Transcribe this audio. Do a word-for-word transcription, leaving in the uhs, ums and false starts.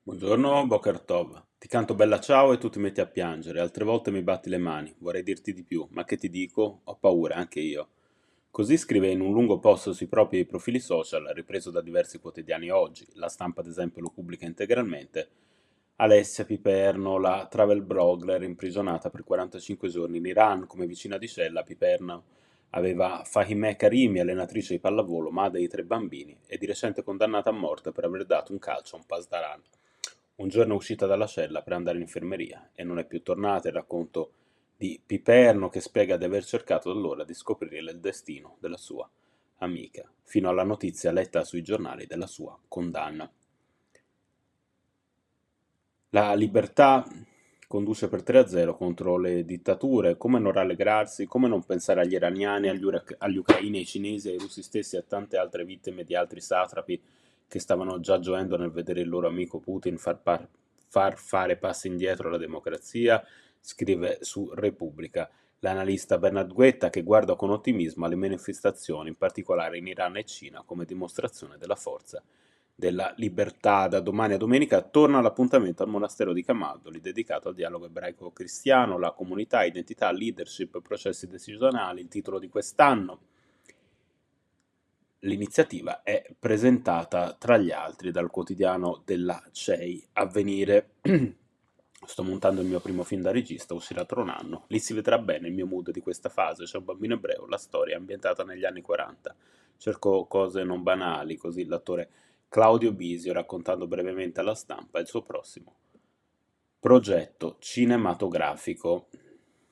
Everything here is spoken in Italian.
Buongiorno, Boker Tov. Ti canto bella ciao e tu ti metti a piangere, altre volte mi batti le mani, vorrei dirti di più, ma che ti dico? Ho paura anche io. Così scrive in un lungo post sui propri profili social, ripreso da diversi quotidiani oggi, la stampa ad esempio lo pubblica integralmente, Alessia Piperno, la travel blogger imprigionata per quarantacinque giorni in Iran come vicina di cella. Piperno aveva Fahimeh Karimi, allenatrice di pallavolo, madre di tre bambini, e di recente condannata a morte per aver dato un calcio a un pasdaran. Un giorno è uscita dalla cella per andare in infermeria e non è più tornata. Il racconto di Piperno che spiega di aver cercato allora di scoprire il destino della sua amica, fino alla notizia letta sui giornali della sua condanna. La libertà conduce per tre a zero contro le dittature. Come non rallegrarsi, come non pensare agli iraniani, agli, ura- agli ucraini, ai cinesi, ai russi stessi e a tante altre vittime di altri satrapi che stavano già gioendo nel vedere il loro amico Putin far, par- far fare passi indietro alla democrazia, scrive su Repubblica l'analista Bernard Guetta, che guarda con ottimismo alle manifestazioni, in particolare in Iran e Cina, come dimostrazione della forza della libertà. Da domani a domenica torna l'appuntamento al monastero di Camaldoli, dedicato al dialogo ebraico-cristiano, la comunità, identità, leadership, processi decisionali, il titolo di quest'anno. L'iniziativa è presentata tra gli altri dal quotidiano della C E I Avvenire. Sto montando il mio primo film da regista, uscirà tra un anno. Lì si vedrà bene il mio mood di questa fase. C'è un bambino ebreo, la storia è ambientata negli anni quaranta. Cerco cose non banali, così l'attore Claudio Bisio raccontando brevemente alla stampa il suo prossimo progetto cinematografico.